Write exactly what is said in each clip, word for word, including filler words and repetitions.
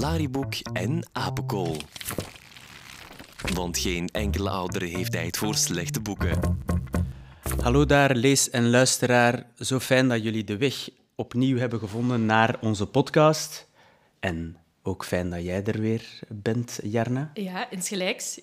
Lariboek en apenkool. Want geen enkele ouder heeft tijd voor slechte boeken. Hallo daar, lees- en luisteraar. Zo fijn dat jullie de weg opnieuw hebben gevonden naar onze podcast. En ook fijn dat jij er weer bent, Jarna. Ja, insgelijks.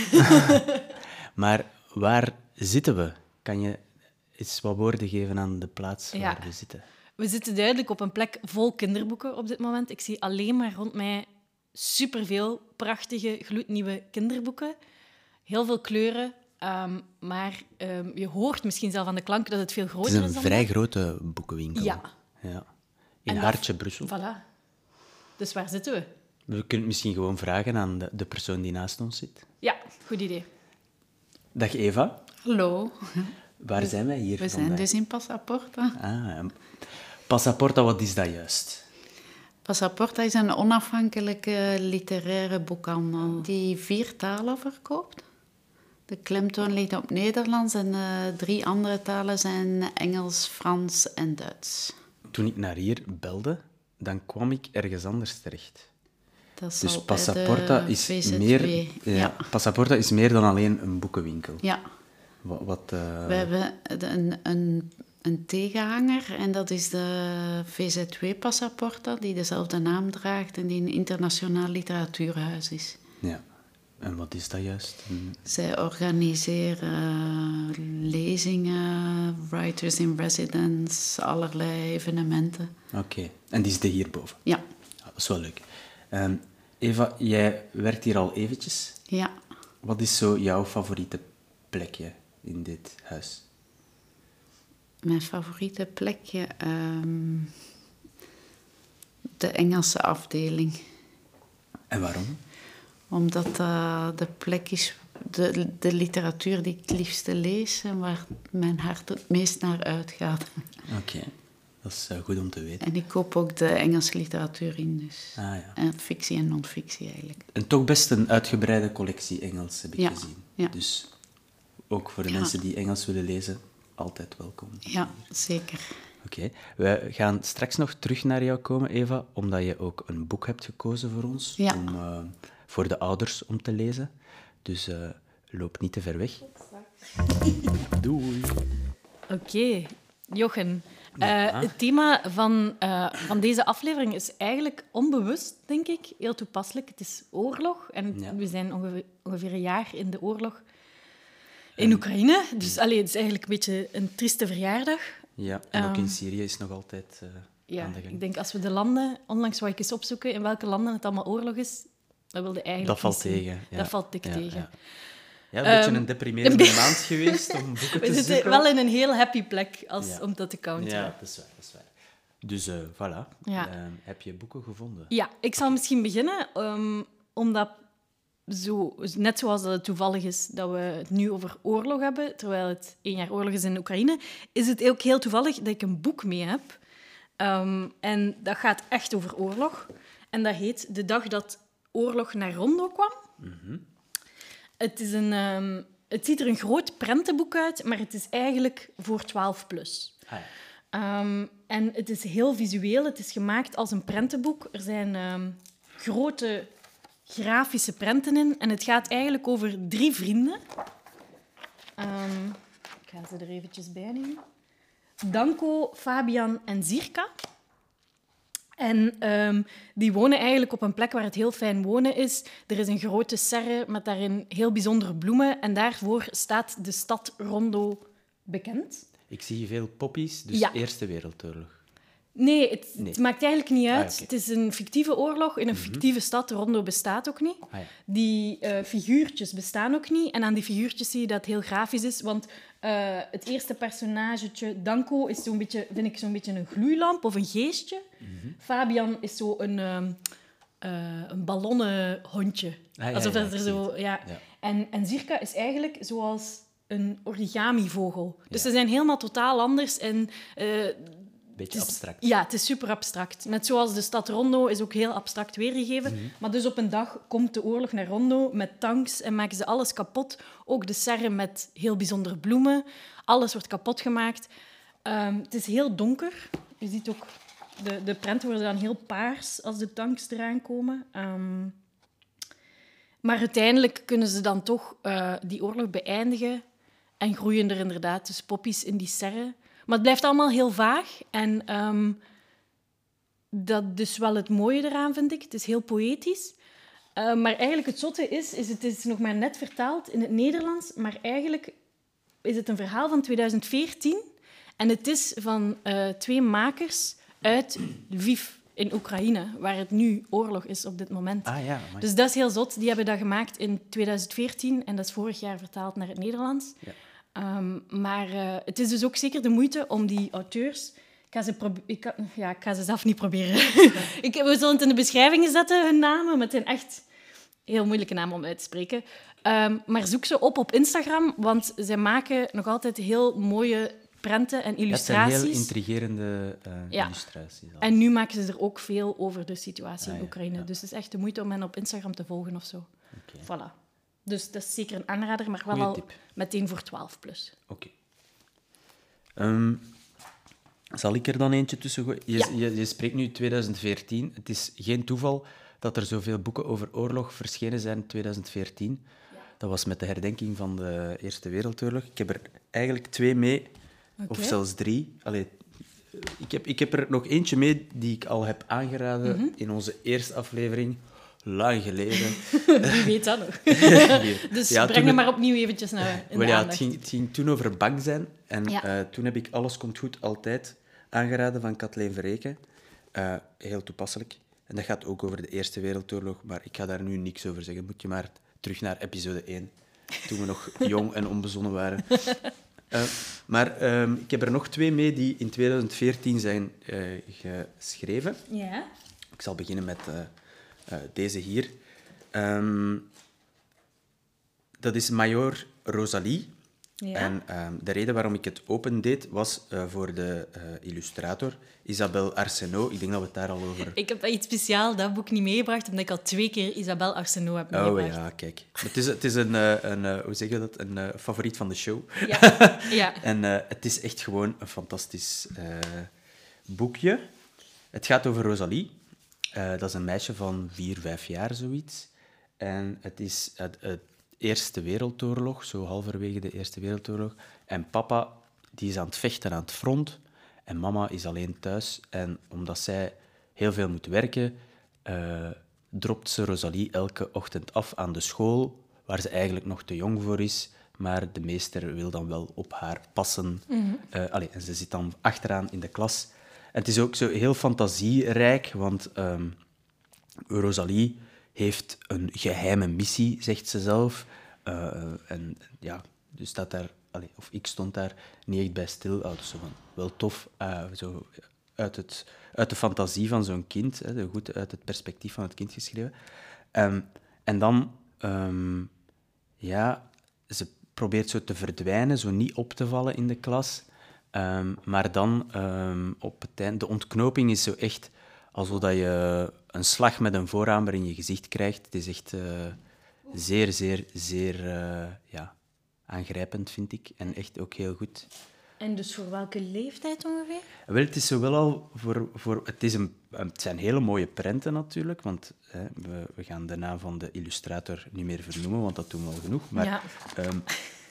Maar waar zitten we? Kan je eens wat woorden geven aan de plaats waar Ja. we zitten? We zitten duidelijk op een plek vol kinderboeken op dit moment. Ik zie alleen maar rond mij superveel prachtige, gloednieuwe kinderboeken. Heel veel kleuren, um, maar um, je hoort misschien zelf aan de klank dat het veel Het groter is is. een dan vrij dat. grote boekenwinkel. Ja. ja. In En dat- Hartje, Brussel. Voilà. Dus waar zitten we? We kunnen het misschien gewoon vragen aan de, de persoon die naast ons zit. Ja, goed idee. Dag Eva, Hallo, waar zijn wij hier we zijn vandaag? dus in Passaporta. Ah, en Passaporta, wat is dat juist? Passaporta is een onafhankelijke literaire boekhandel die vier talen verkoopt. De klemtoon ligt op Nederlands en de drie andere talen zijn Engels, Frans en Duits. Toen ik naar hier belde, dan kwam ik ergens anders terecht. Dat is Dus al bij Passaporta de is, V Z W. meer, ja, Ja. Passaporta is meer dan alleen een boekenwinkel. Ja, Wat, wat, eh, we hebben een, een, een tegenhanger en dat is de V Z W Passaporta, die dezelfde naam draagt en die een internationaal literatuurhuis is. ja. En wat is dat juist? Een- Zij organiseren lezingen, writers in residence, allerlei evenementen. Oké, en die zitten hierboven. Ja, Ja, dat is wel leuk. Ehm, Eva, jij werkt hier al eventjes. ja. Wat is zo jouw favoriete plekje in dit huis? Mijn favoriete plekje, ehm, de Engelse afdeling. En waarom? Omdat dat de plek is, de, de literatuur die ik het liefste lees en waar mijn hart het meest naar uitgaat. Oké, dat is eh, goed om te weten. En ik koop ook de Engelse literatuur in, dus. Ah, ja. En fictie en non-fictie eigenlijk. En toch best een uitgebreide collectie Engels heb ik Ja, gezien. ja. Dus ook voor de Ja. mensen die Engels willen lezen, altijd welkom. Ja, zeker. Oké, we gaan straks nog terug naar jou komen, Eva, omdat je ook een boek hebt gekozen voor ons, Ja. om, eh, voor de ouders om te lezen. Dus eh, loop niet te ver weg. Doei. Oké, Jochen. Eh, Ja. Het thema van, eh, van deze aflevering is eigenlijk onbewust, denk ik, heel toepasselijk. Het is oorlog en Ja. we zijn ongeveer, ongeveer een jaar in de oorlog in Oekraïne. Dus allee, het is eigenlijk een beetje een trieste verjaardag. Ja, en ook Ehm, in Syrië is nog altijd eh, Ja, aan de gang. ik denk als we de landen... Onlangs wou ik eens opzoeken in welke landen het allemaal oorlog is. Dat wilde eigenlijk Dat valt niet zien. tegen. Ja. Dat valt dik Ja, tegen. Ja, ja een beetje Ehm, een deprimerende een be- maand geweest om boeken We te zitten zoeken. wel in een heel happy plek als, Ja. om dat te counteren. Ja, dat is waar. Dat is waar. Dus eh, voilà. Ja. Ehm, heb je boeken gevonden? Ja, ik zal misschien beginnen, ehm, omdat zo, net zoals dat het toevallig is dat we het nu over oorlog hebben, terwijl het één jaar oorlog is in Oekraïne, is het ook heel toevallig dat ik een boek mee heb. Ehm, en dat gaat echt over oorlog. En dat heet De dag dat oorlog naar Rondo kwam. Het, is een, ehm, het ziet er een groot prentenboek uit, maar het is eigenlijk voor twaalf plus. Ah, ja. Ehm, en het is heel visueel. Het is gemaakt als een prentenboek. Er zijn ehm, grote grafische prenten in. En het gaat eigenlijk over drie vrienden. Ehm, ik ga ze er eventjes bij nemen. Danko, Fabian en Zirka. En ehm, die wonen eigenlijk op een plek waar het heel fijn wonen is. Er is een grote serre met daarin heel bijzondere bloemen. En daarvoor staat de stad Rondo bekend. Ik zie veel poppies, dus Ja. Eerste Wereldoorlog. Nee, het, Nee. het maakt eigenlijk niet uit. Ah, oké. Het is een fictieve oorlog in een fictieve stad. Rondo bestaat ook niet. Ah, ja. Die eh, figuurtjes bestaan ook niet. En aan die figuurtjes zie je dat het heel grafisch is. Want eh, het eerste personagetje, Danko, is zo'n beetje, vind ik zo'n beetje een gloeilamp of een geestje. Fabian is zo een, ehm, eh, een ballonnen hondje. Ah, ja, Alsof ja, dat er ik zo... zie het. Ja. Ja. En, en Zirka is eigenlijk zoals een origami-vogel. Dus Ja. ze zijn helemaal totaal anders. En eh, Beetje het is- abstract. Ja, het is super abstract. Net zoals de stad Rondo is ook heel abstract weergegeven. Mhm. Maar dus op een dag komt de oorlog naar Rondo met tanks en maken ze alles kapot. Ook de serre met heel bijzondere bloemen. Alles wordt kapot gemaakt. Ehm, het is heel donker. Je ziet ook de, de prenten worden dan heel paars als de tanks eraan komen. Um, maar uiteindelijk kunnen ze dan toch uh, die oorlog beëindigen en groeien er inderdaad dus poppies in die serre. Maar het blijft allemaal heel vaag. En um, dat is dus wel het mooie eraan, vind ik. Het is heel poëtisch. Uh, maar eigenlijk het zotte is, is, het is nog maar net vertaald in het Nederlands, maar eigenlijk is het een verhaal van tweeduizend veertien en het is van uh, twee makers uit Lviv in Oekraïne, waar het nu oorlog is op dit moment. Ah, ja, maar... Dus dat is heel zot. Die hebben dat gemaakt in tweeduizend veertien en dat is vorig jaar vertaald naar het Nederlands. Ja. Um, maar uh, het is dus ook zeker de moeite om die auteurs... Ik ga ze, probe- ik kan, ja, ik ga ze zelf niet proberen. ik, we zullen het in de beschrijvingen zetten, hun namen, met een echt heel moeilijke naam om uit te spreken. Um, maar zoek ze op op Instagram, want zij maken nog altijd heel mooie prenten en illustraties. Dat zijn heel intrigerende uh, ja. illustraties. En nu maken ze er ook veel over de situatie ah, in Oekraïne. Ja, ja. Dus het is echt de moeite om hen op Instagram te volgen of zo. Okay. Voilà. Dus dat is zeker een aanrader, maar wel Goeie al tip. Meteen voor twaalf plus. Oké. Okay. Um, zal ik er dan eentje tussen gooien? Je, ja. je, je spreekt nu tweeduizend veertien. Het is geen toeval dat er zoveel boeken over oorlog verschenen zijn in tweeduizend veertien. Ja. Dat was met de herdenking van de Eerste Wereldoorlog. Ik heb er eigenlijk twee mee, okay. of zelfs drie. Allee, ik, heb, ik heb er nog eentje mee die ik al heb aangeraden mm-hmm. in onze eerste aflevering. Lang geleden. Wie weet dat nog? Dus ja, breng hem maar opnieuw eventjes naar in de ja, aandacht. Het ging, het ging toen over bang zijn. En ja. uh, toen heb ik Alles komt goed altijd aangeraden van Kathleen Verreken. Uh, heel toepasselijk. En dat gaat ook over de Eerste Wereldoorlog, maar ik ga daar nu niks over zeggen. Moet je maar terug naar episode één, toen we nog jong en onbezonnen waren. Uh, maar um, ik heb er nog twee mee die in tweeduizend veertien zijn uh, geschreven. Ja. Ik zal beginnen met uh, uh, deze hier. Um, dat is Major Rosalie. Ja. En um, de reden waarom ik het opendeed was uh, voor de uh, illustrator Isabelle Arsenault. Ik denk dat we het daar al over... Ik heb iets speciaal dat boek niet meegebracht, omdat ik al twee keer Isabelle Arsenault heb meegebracht. Oh ja, kijk. Het is, het is een, een, een, hoe zeg je dat? Een uh, favoriet van de show. Ja. ja. En uh, het is echt gewoon een fantastisch uh, boekje. Het gaat over Rosalie. Uh, dat is een meisje van vier, vijf jaar, zoiets. En het is het, het Eerste Wereldoorlog, zo halverwege de Eerste Wereldoorlog. En papa die is aan het vechten aan het front. En mama is alleen thuis. En omdat zij heel veel moet werken, uh, dropt ze Rosalie elke ochtend af aan de school, waar ze eigenlijk nog te jong voor is. Maar de meester wil dan wel op haar passen. Mm-hmm. Uh, allez, en ze zit dan achteraan in de klas. En het is ook zo heel fantasierijk, want um, Rosalie heeft een geheime missie, zegt ze zelf. Uh, en ja, dus staat daar, allez, of ik stond daar niet echt bij stil. Oh, dus zo van, wel tof, uh, zo uit, het, uit de fantasie van zo'n kind, hè, goed uit het perspectief van het kind geschreven. Um, en dan, um, ja, ze probeert zo te verdwijnen, zo niet op te vallen in de klas. Um, maar dan, um, op het eind, de ontknoping is zo echt alsof dat je een slag met een voorhamer in je gezicht krijgt. Het is echt uh, zeer, zeer, zeer uh, ja, aangrijpend, vind ik. En echt ook heel goed. En dus voor welke leeftijd ongeveer? Wel, het is zowel al voor... voor het, is een, het zijn hele mooie prenten natuurlijk, want hè, we, we gaan de naam van de illustrator niet meer vernoemen, want dat doen we al genoeg. Maar ja. um,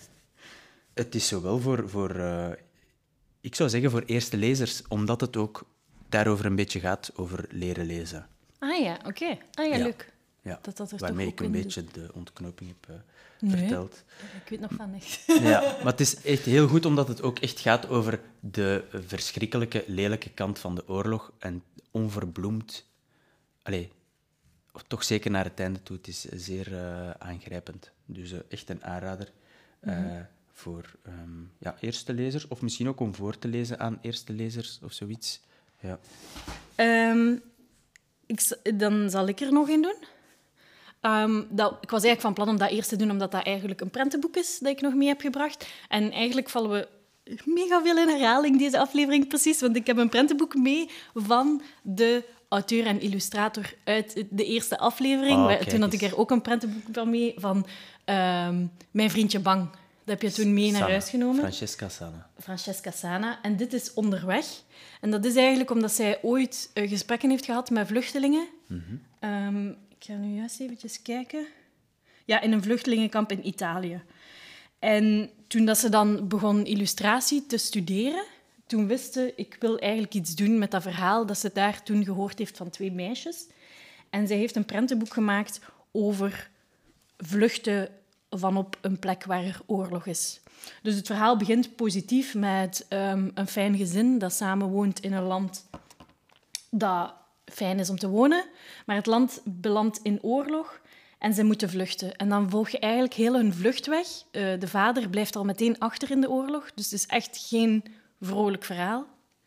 het is zowel voor... voor uh, ik zou zeggen voor eerste lezers, omdat het ook daarover een beetje gaat, over leren lezen. Ah ja, oké. Okay. Ah ja, ja. leuk. Ja. Dat dat er Waarmee toch ik een ook beetje de ontknoping heb uh, nee. verteld. Ik weet nog van niks. Ja, maar het is echt heel goed, omdat het ook echt gaat over de verschrikkelijke, lelijke kant van de oorlog. En onverbloemd. Allee, toch zeker naar het einde toe. Het is zeer uh, aangrijpend. Dus uh, echt een aanrader. Uh, mm-hmm. Voor um, ja, eerste lezers, of misschien ook om voor te lezen aan eerste lezers of zoiets. Ja. Um, ik, dan zal ik er nog in doen. Um, dat, ik was eigenlijk van plan om dat eerst te doen, omdat dat eigenlijk een prentenboek is dat ik nog mee heb gebracht. En eigenlijk vallen we mega veel in herhaling deze aflevering, precies. Want ik heb een prentenboek mee van de auteur en illustrator uit de eerste aflevering. Oh, Toen had ik er ook een prentenboek van mee van um, Mijn vriendje Bang. heb je toen mee naar Sana. huis genomen. Francesca Sana. Francesca Sana. En dit is Onderweg. En dat is eigenlijk omdat zij ooit uh, gesprekken heeft gehad met vluchtelingen. Mm-hmm. Um, ik ga nu juist eventjes kijken. Ja, in een vluchtelingenkamp in Italië. En toen dat ze dan begon illustratie te studeren, toen wist ze, ik wil eigenlijk iets doen met dat verhaal dat ze daar toen gehoord heeft van twee meisjes. En zij heeft een prentenboek gemaakt over vluchten van op een plek waar er oorlog is. Dus het verhaal begint positief met um, een fijn gezin dat samen woont in een land dat fijn is om te wonen. Maar het land belandt in oorlog en ze moeten vluchten. En dan volg je eigenlijk heel hun vluchtweg. Uh, de vader blijft al meteen achter in de oorlog. Dus het is echt geen vrolijk verhaal.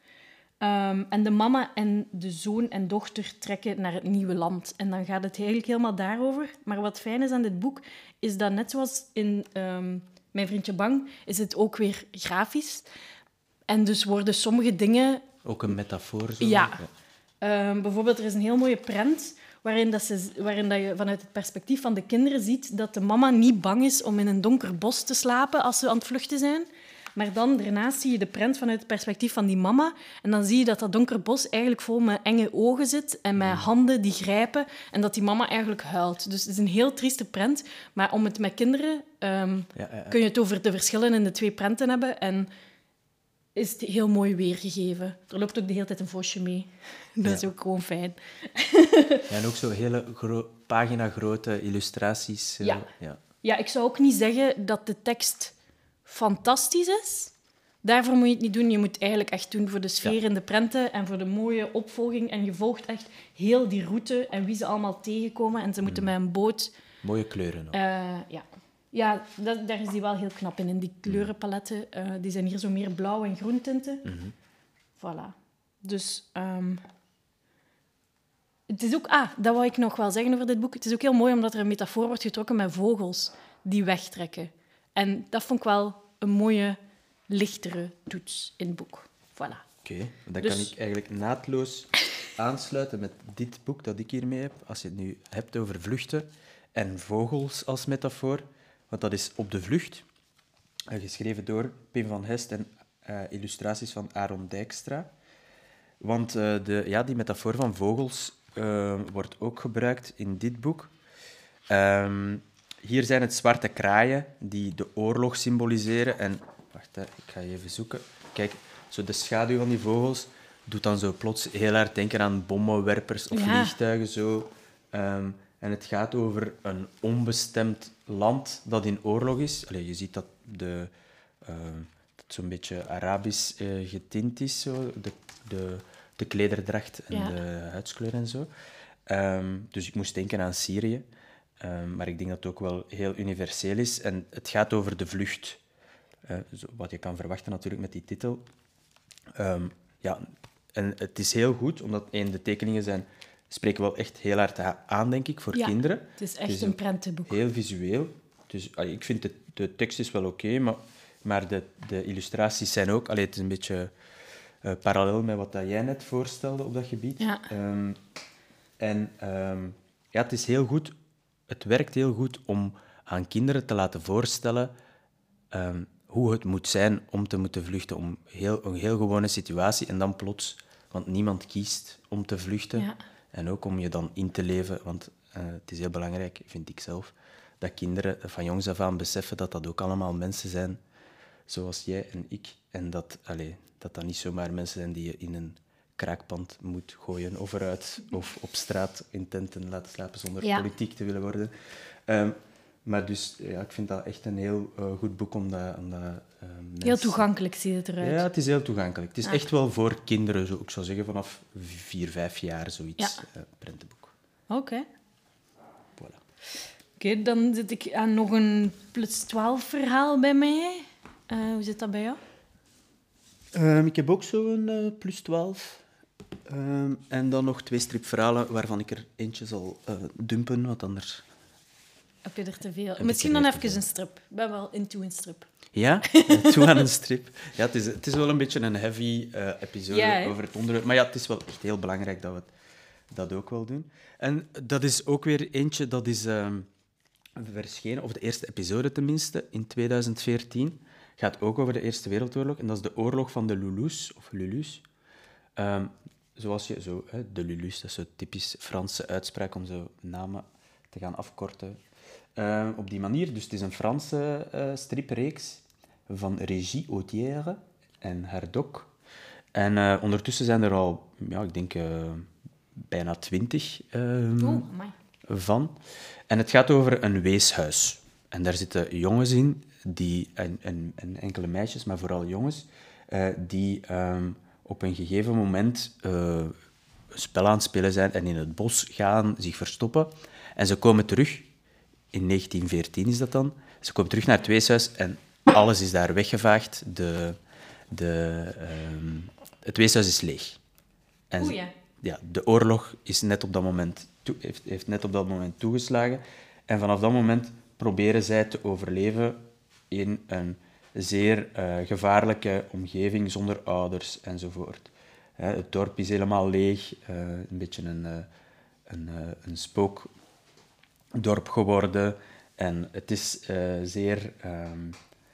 Um, en de mama en de zoon en dochter trekken naar het nieuwe land. En dan gaat het eigenlijk helemaal daarover. Maar wat fijn is aan dit boek, is dat net zoals in um, Mijn vriendje Bang, is het ook weer grafisch. En dus worden sommige dingen... Ook een metafoor. Zo. Ja. ja. Um, bijvoorbeeld, er is een heel mooie prent waarin, dat ze, waarin dat je vanuit het perspectief van de kinderen ziet dat de mama niet bang is om in een donker bos te slapen als ze aan het vluchten zijn. Maar dan daarnaast zie je de prent vanuit het perspectief van die mama. En dan zie je dat dat donker bos eigenlijk vol met enge ogen zit en met handen die grijpen. En dat die mama eigenlijk huilt. Dus het is een heel trieste prent. Maar om het met kinderen... Um, ja, ja, ja. kun je het over de verschillen in de twee prenten hebben. En is het heel mooi weergegeven. Er loopt ook de hele tijd een vosje mee. Dat ja. is ook gewoon fijn. Ja, en ook zo hele gro- pagina-grote illustraties. Uh, ja. Ja. ja, ik zou ook niet zeggen dat de tekst fantastisch is. Daarvoor moet je het niet doen. Je moet het eigenlijk echt doen voor de sfeer ja. in de prenten en voor de mooie opvolging. En je volgt echt heel die route en wie ze allemaal tegenkomen. En ze moeten mm. met een boot... Mooie kleuren ook. Uh, ja, ja dat, daar is die wel heel knap in. In die kleurenpaletten. Uh, die zijn hier zo meer blauw- en groentinten. Mm-hmm. Voilà. Dus... Um, het is ook... Ah, dat wou ik nog wel zeggen over dit boek. Het is ook heel mooi omdat er een metafoor wordt getrokken met vogels die wegtrekken. En dat vond ik wel een mooie, lichtere toets in het boek. Voilà. Oké, okay, dan dus... kan ik eigenlijk naadloos aansluiten met dit boek dat ik hiermee heb. Als je het nu hebt over vluchten en vogels als metafoor. Want dat is Op de Vlucht, geschreven door Pim van Hest en uh, illustraties van Aaron Dijkstra. Want uh, de, ja, die metafoor van vogels uh, wordt ook gebruikt in dit boek. Um, Hier zijn het zwarte kraaien die de oorlog symboliseren. En, wacht, hè, ik ga je even zoeken. Kijk, zo de schaduw van die vogels doet dan zo plots heel hard denken aan bommenwerpers of ja. vliegtuigen. Zo. Um, en het gaat over een onbestemd land dat in oorlog is. Allee, je ziet dat de, uh, dat zo'n beetje Arabisch uh, getint is, zo. De, de, de klederdracht en ja. de huidskleur en zo. Um, dus ik moest denken aan Syrië. Um, maar ik denk dat het ook wel heel universeel is. En het gaat over de vlucht. Uh, wat je kan verwachten natuurlijk met die titel. Um, ja, en het is heel goed, omdat één, de tekeningen zijn, spreken wel echt heel hard aan, denk ik, voor ja, kinderen. Het is echt het is een prentenboek. Heel visueel. Dus uh, ik vind de, de tekst is wel oké, okay, maar, maar de, de illustraties zijn ook... Allee, het is een beetje uh, parallel met wat dat jij net voorstelde op dat gebied. Ja. Um, en um, ja, het is heel goed... Het werkt heel goed om aan kinderen te laten voorstellen um, hoe het moet zijn om te moeten vluchten. Om heel, een heel gewone situatie en dan plots... Want niemand kiest om te vluchten. Ja. En ook om je dan in te leven. Want uh, het is heel belangrijk, vind ik zelf, dat kinderen van jongs af aan beseffen dat dat ook allemaal mensen zijn zoals jij en ik. En dat allee, dat, dat niet zomaar mensen zijn die je in een kraakpand moet gooien of eruit of op straat in tenten laten slapen zonder ja. politiek te willen worden. Um, maar dus, ja, ik vind dat echt een heel uh, goed boek om dat... Om dat uh, mensen... Heel toegankelijk ziet het eruit. Ja, het is heel toegankelijk. Het is ja. echt wel voor kinderen, zo, ik zou zeggen vanaf vier, vijf jaar, zoiets, ja. uh, prentenboek. Oké. Okay. Voilà. Oké, okay, dan zit ik aan nog een plus twaalf verhaal bij mij. Uh, hoe zit dat bij jou? Um, ik heb ook zo'n uh, plus twaalf. Um, en dan nog twee stripverhalen, waarvan ik er eentje zal uh, dumpen, want anders... Heb je er te veel? Heb Misschien dan even een strip. Ik ben wel into een strip. Ja? Toe aan een strip. Ja, het is, het is wel een beetje een heavy uh, episode ja, over het onderwerp. Maar ja, het is wel echt heel belangrijk dat we het, dat ook wel doen. En dat is ook weer eentje, dat is... Um, verschenen, of de eerste episode tenminste, in tweeduizend veertien. Gaat ook over de Eerste Wereldoorlog. En dat is de oorlog van de Lulus, of Lulus. Um, zoals je zo... Hè, de Lulus, dat is zo'n typisch Franse uitspraak om zo namen te gaan afkorten. Uh, op die manier. Dus het is een Franse uh, stripreeks van Régie Audière en Herdok. En uh, ondertussen zijn er al, ja, ik denk, uh, bijna twintig uh, oh, van. En het gaat over een weeshuis. En daar zitten jongens in, die, en, en, en enkele meisjes, maar vooral jongens, uh, die um, op een gegeven moment uh, een spel aan het spelen zijn en in het bos gaan, zich verstoppen. En ze komen terug, in negentien veertien is dat dan, ze komen terug naar het weeshuis en alles is daar weggevaagd. De, de, um, het weeshuis is leeg. En Oeh, ja. Ja, de oorlog is net op dat moment toe, heeft, heeft net op dat moment toegeslagen. En vanaf dat moment proberen zij te overleven in een zeer uh, gevaarlijke omgeving, zonder ouders enzovoort. Hè, het dorp is helemaal leeg, uh, een beetje een, uh, een, uh, een spookdorp geworden. En het is uh, zeer... Um,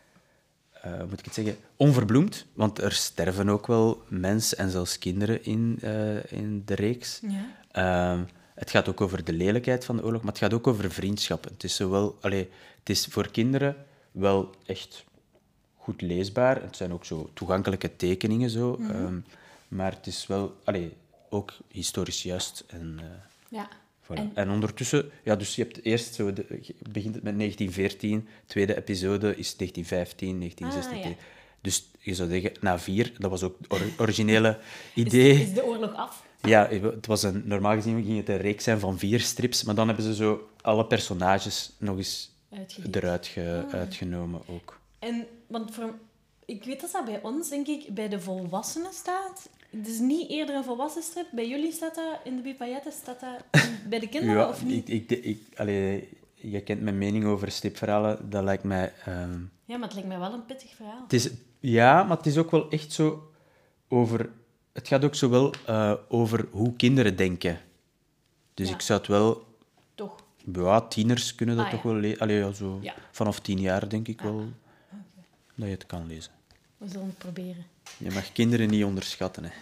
Uh, moet ik het zeggen, onverbloemd, want er sterven ook wel mensen en zelfs kinderen in, uh, in de reeks. Ja. Uh, het gaat ook over de lelijkheid van de oorlog, maar het gaat ook over vriendschap. Het is, zowel, allee, het is voor kinderen wel echt goed leesbaar. Het zijn ook zo toegankelijke tekeningen, zo. Mm-hmm. um, maar het is wel allee, ook historisch juist. En, uh, ja. Voilà. En... en ondertussen, ja, dus je hebt eerst zo, de, begint het met negentien veertien, tweede episode is negentien vijftien, negentien zestien. Ah, ja. Dus je zou zeggen, na vier, dat was ook het or- originele idee. Is, is de oorlog af? Ja, het was een, normaal gezien ging het een reeks zijn van vier strips, maar dan hebben ze zo alle personages nog eens Uitgedeeld. eruit ge, ah. uitgenomen ook. En, want voor, ik weet dat dat bij ons, denk ik, bij de volwassenen staat. Het is niet eerder een volwassen strip. Bij jullie staat dat, in de Bipailletten, staat dat bij de kinderen, ja, of niet? Ik, ik, ik, allee, je kent mijn mening over stripverhalen. Dat lijkt mij... Um... Ja, maar het lijkt mij wel een pittig verhaal. Het is, ja, maar het is ook wel echt zo over... Het gaat ook zo wel uh, over hoe kinderen denken. Dus ja. ik zou het wel... Toch? Ja, tieners kunnen dat ah, toch ja. wel lezen. Allee, ja, zo ja. Vanaf tien jaar denk ik ah. wel okay. dat je het kan lezen. We zullen het proberen. Je mag kinderen niet onderschatten, hè.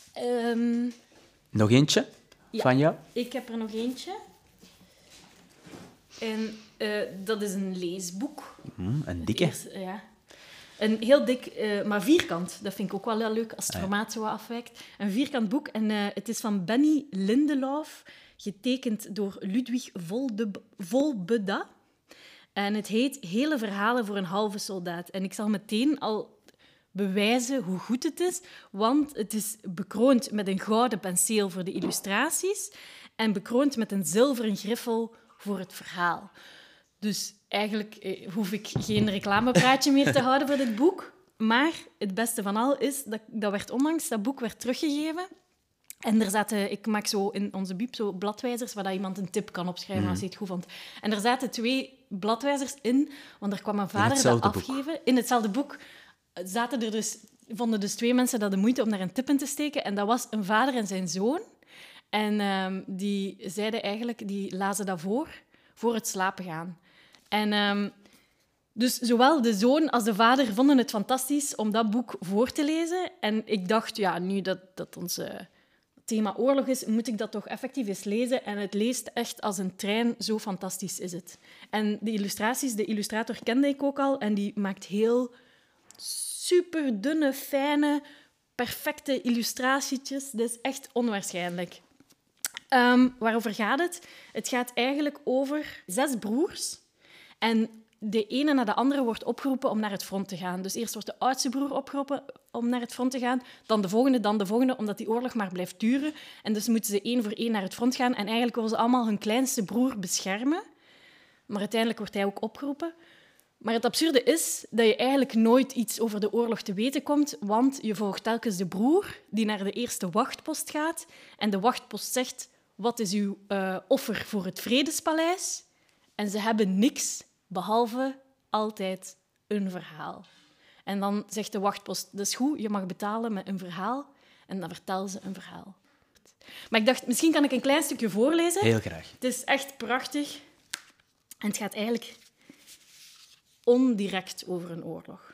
Um, nog eentje ja, van jou? Ik heb er nog eentje. En uh, dat is een leesboek. Mm, een dikke? Eerste, ja. Een heel dik, uh, maar vierkant. Dat vind ik ook wel heel leuk, als het ah, ja. formaat zo wat afwijkt. Een vierkant boek. En uh, het is van Benny Lindeloof, getekend door Ludwig Volbeda. En het heet Hele verhalen voor een halve soldaat. En ik zal meteen al... bewijzen hoe goed het is, want het is bekroond met een gouden penseel voor de illustraties en bekroond met een zilveren griffel voor het verhaal. Dus eigenlijk eh, hoef ik geen reclamepraatje meer te houden voor dit boek, maar het beste van al is, dat, dat werd onlangs, dat boek werd teruggegeven en er zaten, ik maak zo in onze biep zo bladwijzers waar dat iemand een tip kan opschrijven mm. als hij het goed vond. En er zaten twee bladwijzers in, want er kwam een vader dat afgeven. Boek. In hetzelfde boek. Zaten er dus, vonden dus twee mensen dat de moeite om daar een tip in te steken. En dat was een vader en zijn zoon. En um, die zeiden eigenlijk, die lazen dat voor, voor het slapen gaan. En um, dus zowel de zoon als de vader vonden het fantastisch om dat boek voor te lezen. En ik dacht, ja, nu dat, dat ons uh, thema oorlog is, moet ik dat toch effectief eens lezen. En het leest echt als een trein, zo fantastisch is het. En de illustraties, de illustrator kende ik ook al. En die maakt heel... super dunne, fijne, perfecte illustratietjes. Dat is echt onwaarschijnlijk. Um, waarover gaat het? Het gaat eigenlijk over zes broers. En de ene na de andere wordt opgeroepen om naar het front te gaan. Dus eerst wordt de oudste broer opgeroepen om naar het front te gaan, dan de volgende, dan de volgende, omdat die oorlog maar blijft duren. En dus moeten ze één voor één naar het front gaan. En eigenlijk willen ze allemaal hun kleinste broer beschermen. Maar uiteindelijk wordt hij ook opgeroepen. Maar het absurde is dat je eigenlijk nooit iets over de oorlog te weten komt, want je volgt telkens de broer die naar de eerste wachtpost gaat en de wachtpost zegt, wat is uw uh, offer voor het Vredespaleis? En ze hebben niks, behalve altijd een verhaal. En dan zegt de wachtpost, dat is goed, je mag betalen met een verhaal. En dan vertellen ze een verhaal. Maar ik dacht, misschien kan ik een klein stukje voorlezen. Heel graag. Het is echt prachtig. En het gaat eigenlijk ondirect over een oorlog.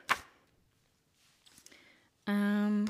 Um,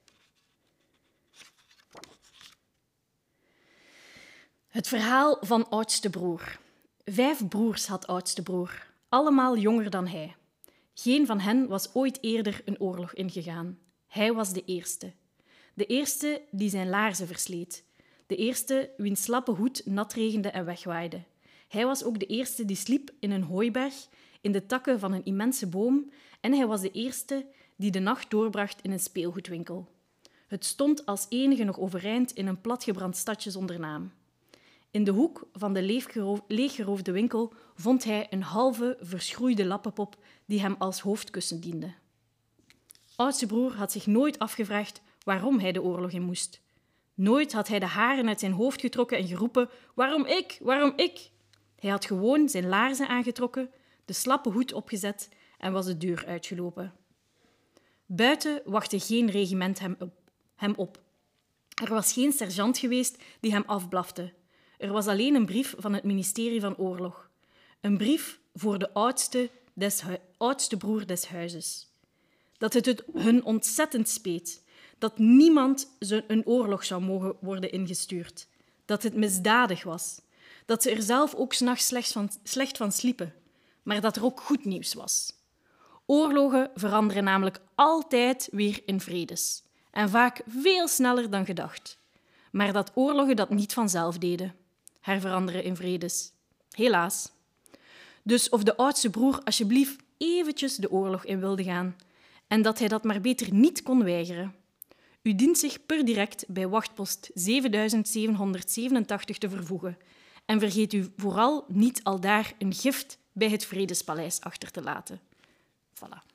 het verhaal van oudste broer. Vijf broers had oudste broer, allemaal jonger dan hij. Geen van hen was ooit eerder een oorlog ingegaan. Hij was de eerste. De eerste die zijn laarzen versleet. De eerste wiens slappe hoed nat regende en wegwaaide. Hij was ook de eerste die sliep in een hooiberg, in de takken van een immense boom, en hij was de eerste die de nacht doorbracht in een speelgoedwinkel. Het stond als enige nog overeind in een platgebrand stadje zonder naam. In de hoek van de leeggeroofde winkel vond hij een halve, verschroeide lappenpop die hem als hoofdkussen diende. Oudste broer had zich nooit afgevraagd waarom hij de oorlog in moest. Nooit had hij de haren uit zijn hoofd getrokken en geroepen: waarom ik, waarom ik? Hij had gewoon zijn laarzen aangetrokken, de slappe hoed opgezet en was de deur uitgelopen. Buiten wachtte geen regiment hem op. Hem op. Er was geen sergeant geweest die hem afblafte. Er was alleen een brief van het ministerie van Oorlog. Een brief voor de oudste, des hu- oudste broer des huizes. Dat het, het hun ontzettend speet. Dat niemand een oorlog zou mogen worden ingestuurd. Dat het misdadig was. Dat ze er zelf ook 's nachts slecht van, slecht van sliepen. Maar dat er ook goed nieuws was. Oorlogen veranderen namelijk altijd weer in vredes. En vaak veel sneller dan gedacht. Maar dat oorlogen dat niet vanzelf deden. Herveranderen in vredes. Helaas. Dus of de oudste broer alsjeblieft eventjes de oorlog in wilde gaan. En dat hij dat maar beter niet kon weigeren. U dient zich per direct bij wachtpost zevenduizend zevenhonderdzevenentachtig te vervoegen. En vergeet u vooral niet aldaar een gift bij het Vredespaleis achter te laten. Voilà.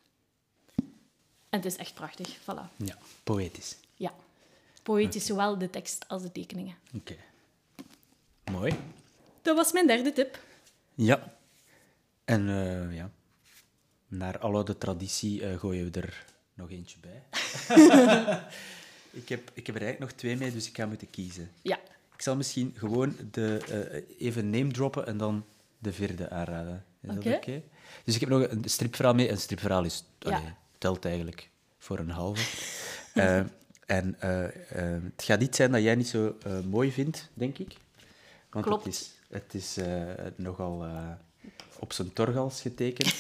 En het is echt prachtig. Voilà. Ja, poëtisch. Ja. Poëtisch, zowel de tekst als de tekeningen. Oké. Okay. Mooi. Dat was mijn derde tip. Ja. En uh, ja, naar aloude traditie uh, gooien we er nog eentje bij. ik, heb, ik heb er eigenlijk nog twee mee, dus ik ga moeten kiezen. Ja. Ik zal misschien gewoon de, uh, even name droppen en dan de vierde aanraden. Is dat oké? Okay. Okay? Dus ik heb nog een stripverhaal mee. Een stripverhaal is, ja. allee, telt eigenlijk voor een halve. uh, en uh, uh, het gaat iets zijn dat jij niet zo uh, mooi vindt, denk ik. Want Klopt. het is, het is uh, nogal uh, op zijn torgals getekend.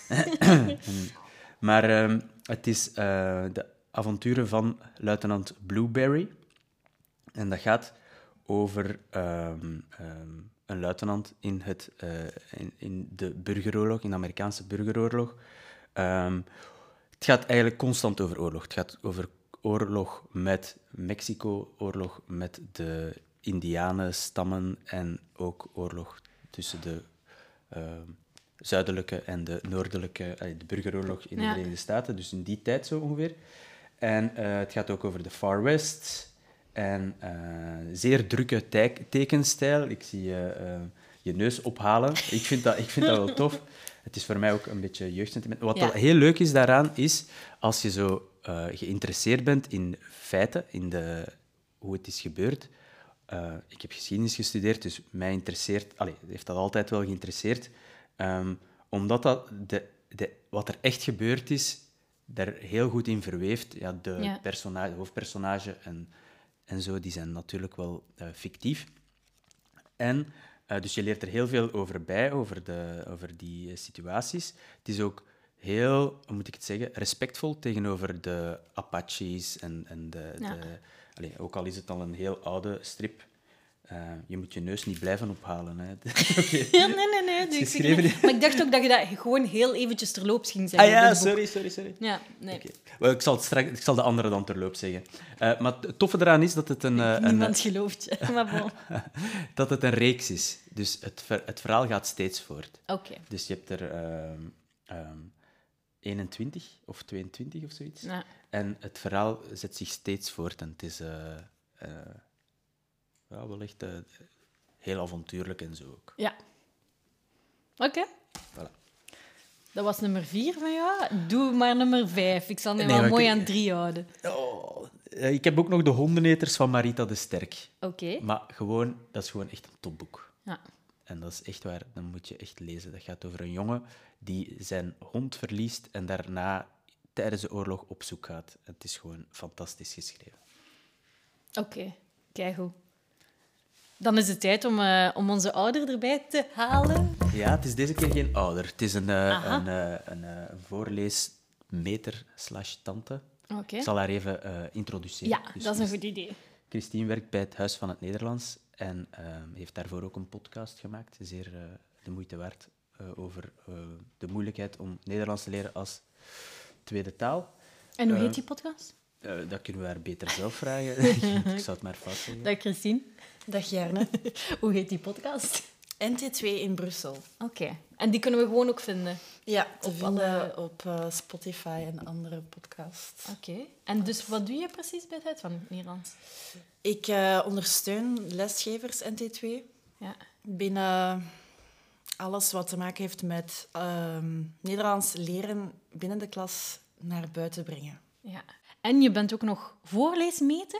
Maar um, het is uh, de avonturen van luitenant Blueberry. En dat gaat over um, um, een luitenant in, het, uh, in, in de burgeroorlog, in de Amerikaanse burgeroorlog. Um, het gaat eigenlijk constant over oorlog. Het gaat over oorlog met Mexico, oorlog met de Indianenstammen en ook oorlog tussen de uh, zuidelijke en de noordelijke, uh, de burgeroorlog in de ja. Verenigde Staten, dus in die tijd zo ongeveer. En uh, het gaat ook over de Far West en uh, zeer drukke te- tekenstijl. Ik zie je uh, uh, je neus ophalen. Ik vind dat, ik vind dat wel tof. Het is voor mij ook een beetje jeugdsentiment. Wat ja. heel leuk is daaraan, is als je zo uh, geïnteresseerd bent in feiten, in de, hoe het is gebeurd. Uh, ik heb geschiedenis gestudeerd, dus mij interesseert... Allez, heeft dat altijd wel geïnteresseerd. Um, omdat dat de, de, wat er echt gebeurd is, daar heel goed in verweeft. Ja, de, ja. personage, de hoofdpersonage en, en zo, die zijn natuurlijk wel uh, fictief. En... Uh, dus je leert er heel veel over bij, over, de, over die uh, situaties. Het is ook heel, hoe moet ik het zeggen, respectvol tegenover de Apaches en, en de... Ja. de allez, ook al is het al een heel oude strip, uh, je moet je neus niet blijven ophalen. Hè. Okay. Ja, nee, nee, nee. Dus geschreven... ik, maar ik dacht ook dat je dat gewoon heel eventjes terloops ging zeggen. Ah ja, sorry, sorry, sorry. Ja, nee. Okay. Well, ik, zal het straks, ik zal de andere dan terloops zeggen. Uh, maar het toffe eraan is dat het een... Uh, Niemand een, gelooft je, maar bon. dat het een reeks is. Dus het, ver, het verhaal gaat steeds voort. Oké. Okay. Dus je hebt er um, um, eenentwintig of tweeëntwintig of zoiets. Ja. En het verhaal zet zich steeds voort. En het is uh, uh, ja, wel echt uh, heel avontuurlijk en zo ook. Ja. Oké. Okay. Voilà. Dat was nummer vier van jou. Doe maar nummer vijf. Ik zal nu nee, wel mooi ik... aan drie houden. Oh, ik heb ook nog De Hondeneters van Marita de Sterk. Oké. Okay. Maar gewoon, dat is gewoon echt een topboek. Ja. En dat is echt waar, dan moet je echt lezen. Dat gaat over een jongen die zijn hond verliest en daarna tijdens de oorlog op zoek gaat. Het is gewoon fantastisch geschreven. Oké, okay, keigoed. Dan is het tijd om, uh, om onze ouder erbij te halen. Ja, het is deze keer geen ouder. Het is een, uh, een, uh, een, uh, een voorleesmeter slash tante. Okay. Ik zal haar even uh, introduceren. Ja, dus dat is een goed idee. Christine werkt bij het Huis van het Nederlands en uh, heeft daarvoor ook een podcast gemaakt. Zeer uh, de moeite waard uh, over uh, de moeilijkheid om Nederlands te leren als tweede taal. En hoe uh, heet die podcast? Uh, dat kunnen we haar beter zelf vragen. Ik zou het maar fout zeggen. Dag Christine. Dag Jarne. Hoe heet die podcast? N T twee in Brussel. Oké. Okay. En die kunnen we gewoon ook vinden? Ja, te op vinden alle... op uh, Spotify en andere podcasts. Oké. Okay. En dus wat doe je precies bij het Huis van het Nederlands? Ik uh, ondersteun lesgevers N T twee. Ja. Binnen alles wat te maken heeft met uh, Nederlands leren binnen de klas naar buiten brengen. Ja. En je bent ook nog voorleesmeter?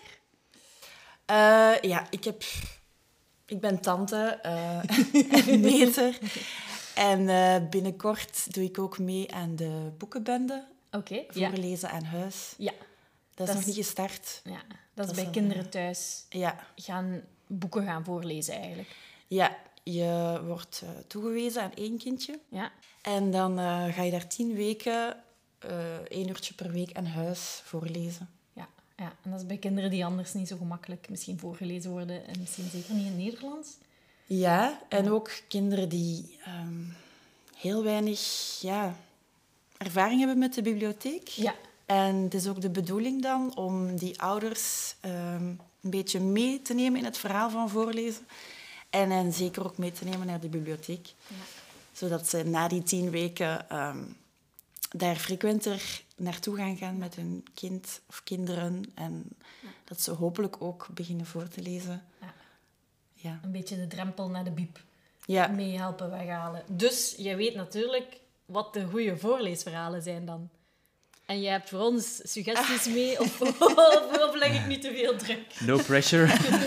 Uh, ja, ik, heb, ik ben tante uh, en meter. En uh, binnenkort doe ik ook mee aan de boekenbende. Oké. Okay, voorlezen ja. aan huis. Ja. Dat is dat nog is, niet gestart. Ja, dat is dat bij is kinderen al, thuis. Ja. Gaan boeken gaan voorlezen eigenlijk. Ja, je wordt uh, toegewezen aan één kindje. Ja. En dan uh, ga je daar tien weken, uh, één uurtje per week aan huis voorlezen. Ja, ja, en dat is bij kinderen die anders niet zo gemakkelijk misschien voorgelezen worden. En misschien zeker niet in het Nederlands. Ja, en ook kinderen die um, heel weinig ja, ervaring hebben met de bibliotheek. Ja. En het is ook de bedoeling dan om die ouders um, een beetje mee te nemen in het verhaal van voorlezen. En hen zeker ook mee te nemen naar de bibliotheek. Ja. Zodat ze na die tien weken um, daar frequenter naartoe gaan gaan met hun kind of kinderen. En ja. dat ze hopelijk ook beginnen voor te lezen. Ja. Ja. Een beetje de drempel naar de bieb ja. mee helpen weghalen. Dus je weet natuurlijk wat de goede voorleesverhalen zijn dan. En jij hebt voor ons suggesties ah. mee, of, of, of leg ik niet te veel druk? No pressure.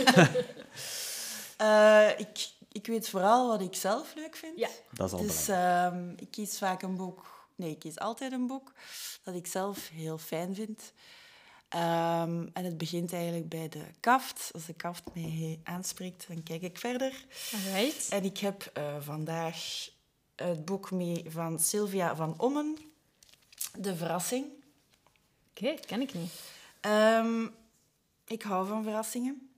uh, ik, ik weet vooral wat ik zelf leuk vind. Ja. Dat is al dus uh, ik kies vaak een boek... Nee, ik kies altijd een boek dat ik zelf heel fijn vind. Um, en het begint eigenlijk bij de kaft. Als de kaft mij aanspreekt, dan kijk ik verder. Alright. En ik heb uh, vandaag het boek mee van Sylvia van Ommen. De Verrassing. Oké, okay, ken ik niet. Um, ik hou van verrassingen.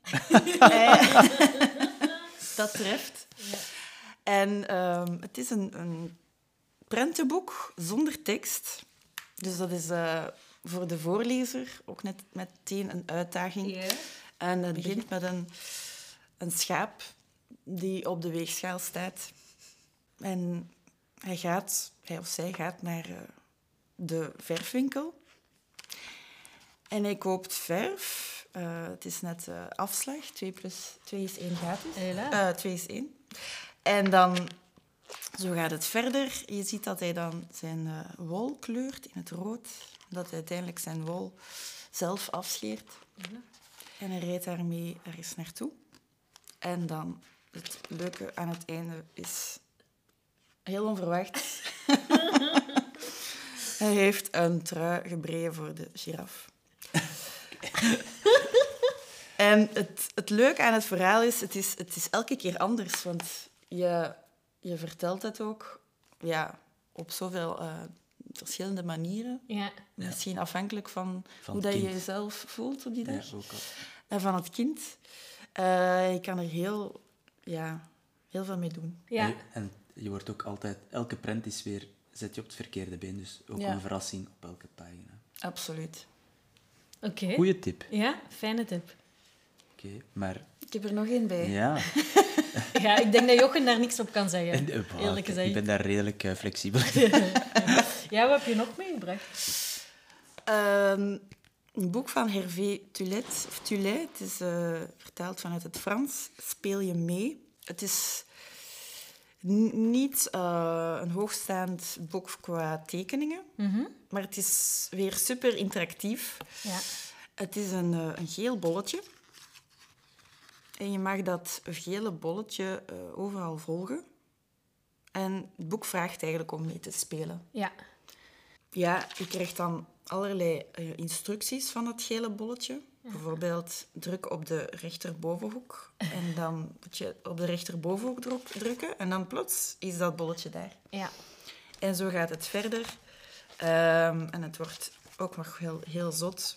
Dat treft. Ja. En um, het is een, een prentenboek zonder tekst. Dus dat is uh, voor de voorlezer ook net meteen een uitdaging. Yeah. En het begint met een, een schaap die op de weegschaal staat. En hij, gaat, hij of zij gaat naar... Uh, de verfwinkel. En hij koopt verf. Uh, het is net uh, afslag. twee plus twee is één gratis. Uh, twee is één. En dan, zo gaat het verder. Je ziet dat hij dan zijn uh, wol kleurt in het rood. Dat hij uiteindelijk zijn wol zelf afscheert. Mm-hmm. En hij rijdt daarmee ergens naartoe. En dan, het leuke aan het einde is heel onverwacht. Hij heeft een trui gebreien voor de giraf. En het, het leuke aan het verhaal is, het is, het is elke keer anders. Want je, je vertelt het ook ja, op zoveel uh, verschillende manieren. Ja. Misschien afhankelijk van, van hoe dat je jezelf voelt op die dag. Ja, ook al. En van het kind. Uh, je kan er heel, ja, heel veel mee doen. Ja. En, je, en je wordt ook altijd... Elke prent is weer... Zet je op het verkeerde been, dus ook ja. een verrassing op elke pagina. Absoluut. Oké. Okay. Goeie tip. Ja, fijne tip. Oké, okay, maar... Ik heb er nog één bij. Ja. Ja, ik denk dat Jochen daar niks op kan zeggen, en, uh, wow, eerlijk gezegd. Ik ben daar redelijk uh, flexibel. Ja, wat heb je nog meegebracht? Um, een boek van Hervé Tullet. Of Tullet. Het is uh, vertaald vanuit het Frans. Speel je mee. Het is... Niet uh, een hoogstaand boek qua tekeningen, mm-hmm. maar het is weer super interactief. Ja. Het is een, uh, een geel bolletje. En je mag dat gele bolletje uh, overal volgen. En het boek vraagt eigenlijk om mee te spelen. Ja. Ja, je krijgt dan allerlei uh, instructies van het gele bolletje. Ja. Bijvoorbeeld druk op de rechterbovenhoek. En dan moet je op de rechterbovenhoek druk, drukken. En dan plots is dat bolletje daar. Ja. En zo gaat het verder. Um, en het wordt ook nog heel, heel zot.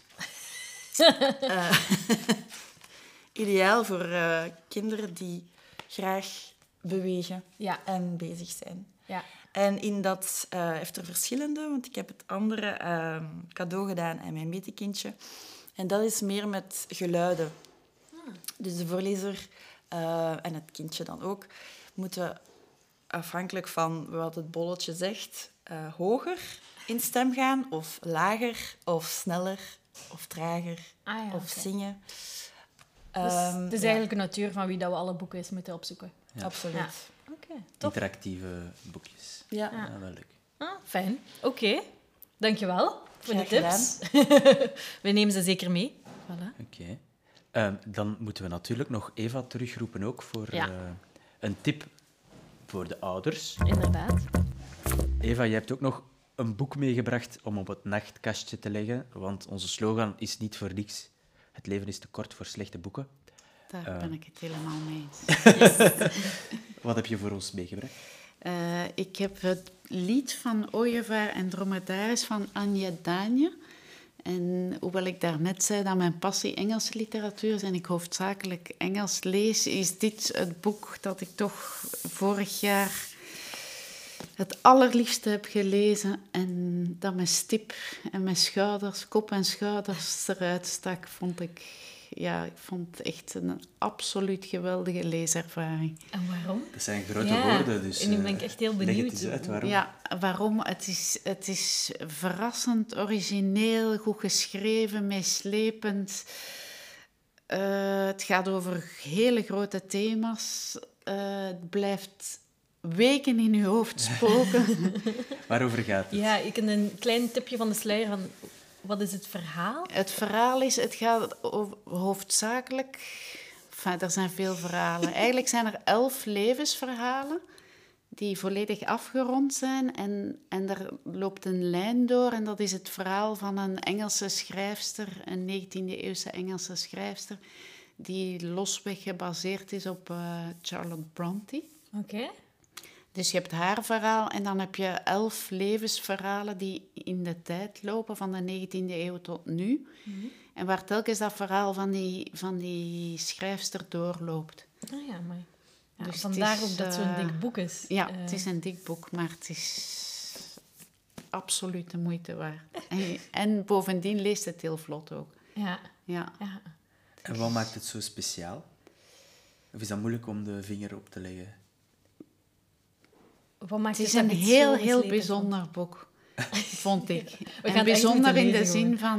uh, ideaal voor uh, kinderen die graag bewegen ja. en bezig zijn. Ja. En in dat uh, heeft er verschillende, want ik heb het andere uh, cadeau gedaan aan mijn metekindje. En dat is meer met geluiden. Hmm. Dus de voorlezer uh, en het kindje dan ook moeten afhankelijk van wat het bolletje zegt uh, hoger in stem gaan of lager of sneller of trager ah, ja, of okay. zingen. Dus um, het is ja. eigenlijk een natuur van wie dat we alle boeken eens moeten opzoeken. Ja. Absoluut. Ja. Okay, interactieve boekjes. Ja. ja. ja wel leuk. Ah, fijn. Oké. Okay. Dankjewel voor Graag de tips. We nemen ze zeker mee. Voilà. Oké. Okay. Um, dan moeten we natuurlijk nog Eva terugroepen ook voor ja. uh, een tip voor de ouders. Inderdaad. Eva, je hebt ook nog een boek meegebracht om op het nachtkastje te leggen, want onze slogan is niet voor niks. Het leven is te kort voor slechte boeken. Daar uh, ben ik het helemaal mee eens. Yes. Wat heb je voor ons meegebracht? Uh, ik heb het lied van Ooievaar en Dromedaris van Anja Daanje. En hoewel ik daarnet zei dat mijn passie Engelse literatuur is en ik hoofdzakelijk Engels lees, is dit het boek dat ik toch vorig jaar het allerliefste heb gelezen en dat mijn stip en mijn schouders, kop en schouders eruit stak, vond ik... Ja, ik vond het echt een absoluut geweldige leeservaring. En waarom? Dat zijn grote ja, woorden, dus... En nu ben ik echt heel benieuwd. Leg het eens uit, waarom? Ja, waarom? Het is, het is verrassend, origineel, goed geschreven, meeslepend. Uh, het gaat over hele grote thema's. Uh, het blijft weken in je hoofd spoken. Waarover gaat het? Ja, ik heb een klein tipje van de sluier van... Wat is het verhaal? Het verhaal is, het gaat over, hoofdzakelijk... Enfin, er zijn veel verhalen. Eigenlijk zijn er elf levensverhalen die volledig afgerond zijn. En, en er loopt een lijn door en dat is het verhaal van een Engelse schrijfster, een negentiende-eeuwse Engelse schrijfster, die losweg gebaseerd is op uh, Charlotte Brontë. Oké. Okay. Dus je hebt haar verhaal en dan heb je elf levensverhalen die in de tijd lopen, van de negentiende eeuw tot nu. Mm-hmm. En waar telkens dat verhaal van die, van die schrijfster doorloopt. Ah ja, maar ja, dus vandaar is, ook dat het zo'n dik boek is. Ja, uh. het is een dik boek, maar het is absoluut de moeite waard. En, en bovendien leest het heel vlot ook. Ja. Ja. ja. En wat maakt het zo speciaal? Of is dat moeilijk om de vinger op te leggen? Wat maakt het is het een heel, heel bijzonder van? boek, vond ik. We en bijzonder in de zin van...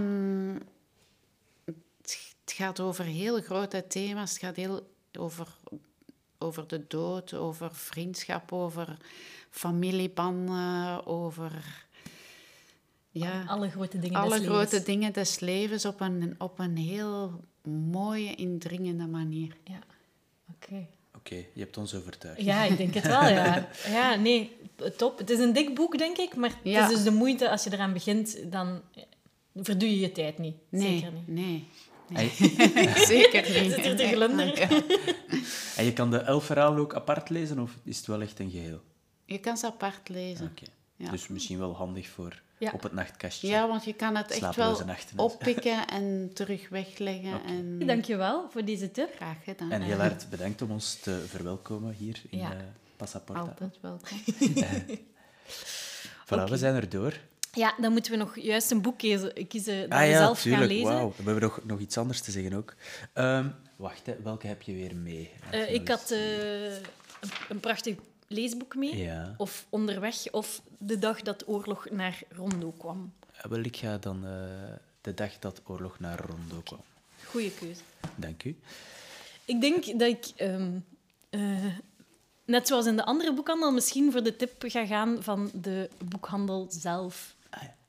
Het gaat over heel grote thema's. Het gaat heel over, over de dood, over vriendschap, over familiebanden, over... Ja, alle grote dingen alle des grote levens. dingen des levens op een, op een heel mooie, indringende manier. Ja, oké. Okay. Oké, okay, je hebt ons overtuigd. Ja, ik denk het wel, ja. Ja, nee, top. Het is een dik boek, denk ik, maar ja. Het is dus de moeite, als je eraan begint, dan verdoe je je tijd niet. Nee, zeker niet. Nee, nee. Zeker niet. Zit er te glunderen. Ja. En je kan de elf verhalen ook apart lezen, of is het wel echt een geheel? Je kan ze apart lezen. Oké. Okay. Ja. Dus misschien wel handig voor ja. op het nachtkastje. Ja, want je kan het echt wel nachten. oppikken en terug wegleggen. Okay. En... Dank je wel voor deze tip. Graag gedaan. En heel hard bedankt om ons te verwelkomen hier in ja. uh, Passaporta. Altijd welkom. Voilà, okay. We zijn er door. Ja, dan moeten we nog juist een boek kiezen, kiezen dat ah, we ja, zelf tuurlijk. gaan lezen. Wauw. We hebben nog, nog iets anders te zeggen ook. Um, wacht, hè. Welke heb je weer mee? Uh, ik had uh, een, een prachtig leesboek mee. Ja. Of Onderweg, of De dag dat oorlog naar Rondo kwam. Uh, wel, ik ga dan uh, De dag dat oorlog naar Rondo kwam. Goeie keuze. Dank u. Ik denk dat ik, um, uh, net zoals in de andere boekhandel, misschien voor de tip ga gaan van de boekhandel zelf. Ah, ja.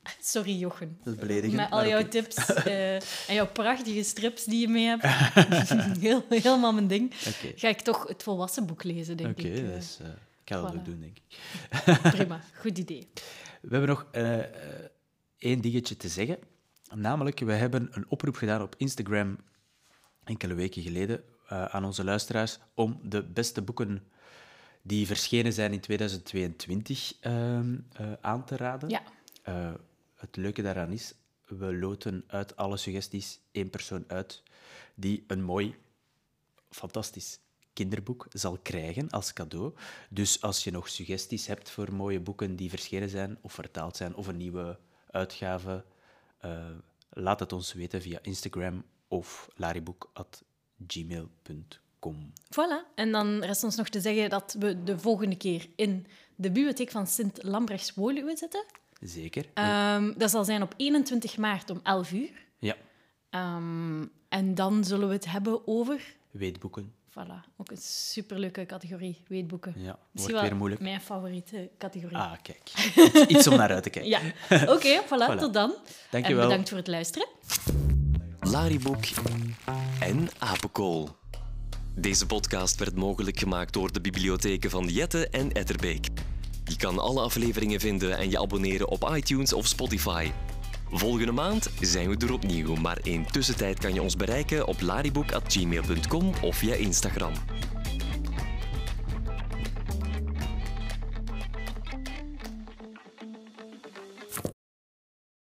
Sorry, Jochen. Dat is beledigend. Met al maar jouw oké. tips uh, en jouw prachtige strips die je mee hebt. Heel, helemaal mijn ding. Oké. Ga ik toch het volwassen boek lezen, denk Oké, ik. Uh, dus, uh, ik ga dat voilà. ook doen, denk ik. Prima, goed idee. We hebben nog uh, uh, één dingetje te zeggen. Namelijk, we hebben een oproep gedaan op Instagram enkele weken geleden uh, aan onze luisteraars om de beste boeken die verschenen zijn in tweeduizend tweeëntwintig uh, uh, aan te raden. Ja. Uh, het leuke daaraan is, we loten uit alle suggesties één persoon uit die een mooi, fantastisch kinderboek zal krijgen als cadeau. Dus als je nog suggesties hebt voor mooie boeken die verschenen zijn of vertaald zijn of een nieuwe uitgave, uh, laat het ons weten via Instagram of lariboek at gmail punt com. Voilà. En dan rest ons nog te zeggen dat we de volgende keer in de bibliotheek van Sint Lambrechts-Woluwe zitten. Zeker. Um, dat zal zijn op eenentwintig maart om elf uur. Ja. Um, en dan zullen we het hebben over... Weetboeken. Voilà, ook een superleuke categorie, weetboeken. Ja, Misschien wordt wel weer moeilijk. mijn favoriete categorie. Ah, kijk. Iets, iets om naar uit te kijken. Ja, oké, okay, voilà, Voilà. tot dan. Dank je en wel. bedankt voor het luisteren. Lariboek en apenkool. Deze podcast werd mogelijk gemaakt door de bibliotheken van Jette en Etterbeek. Je kan alle afleveringen vinden en je abonneren op iTunes of Spotify. Volgende maand zijn we er opnieuw, maar in tussentijd kan je ons bereiken op lariboek at gmail punt com of via Instagram.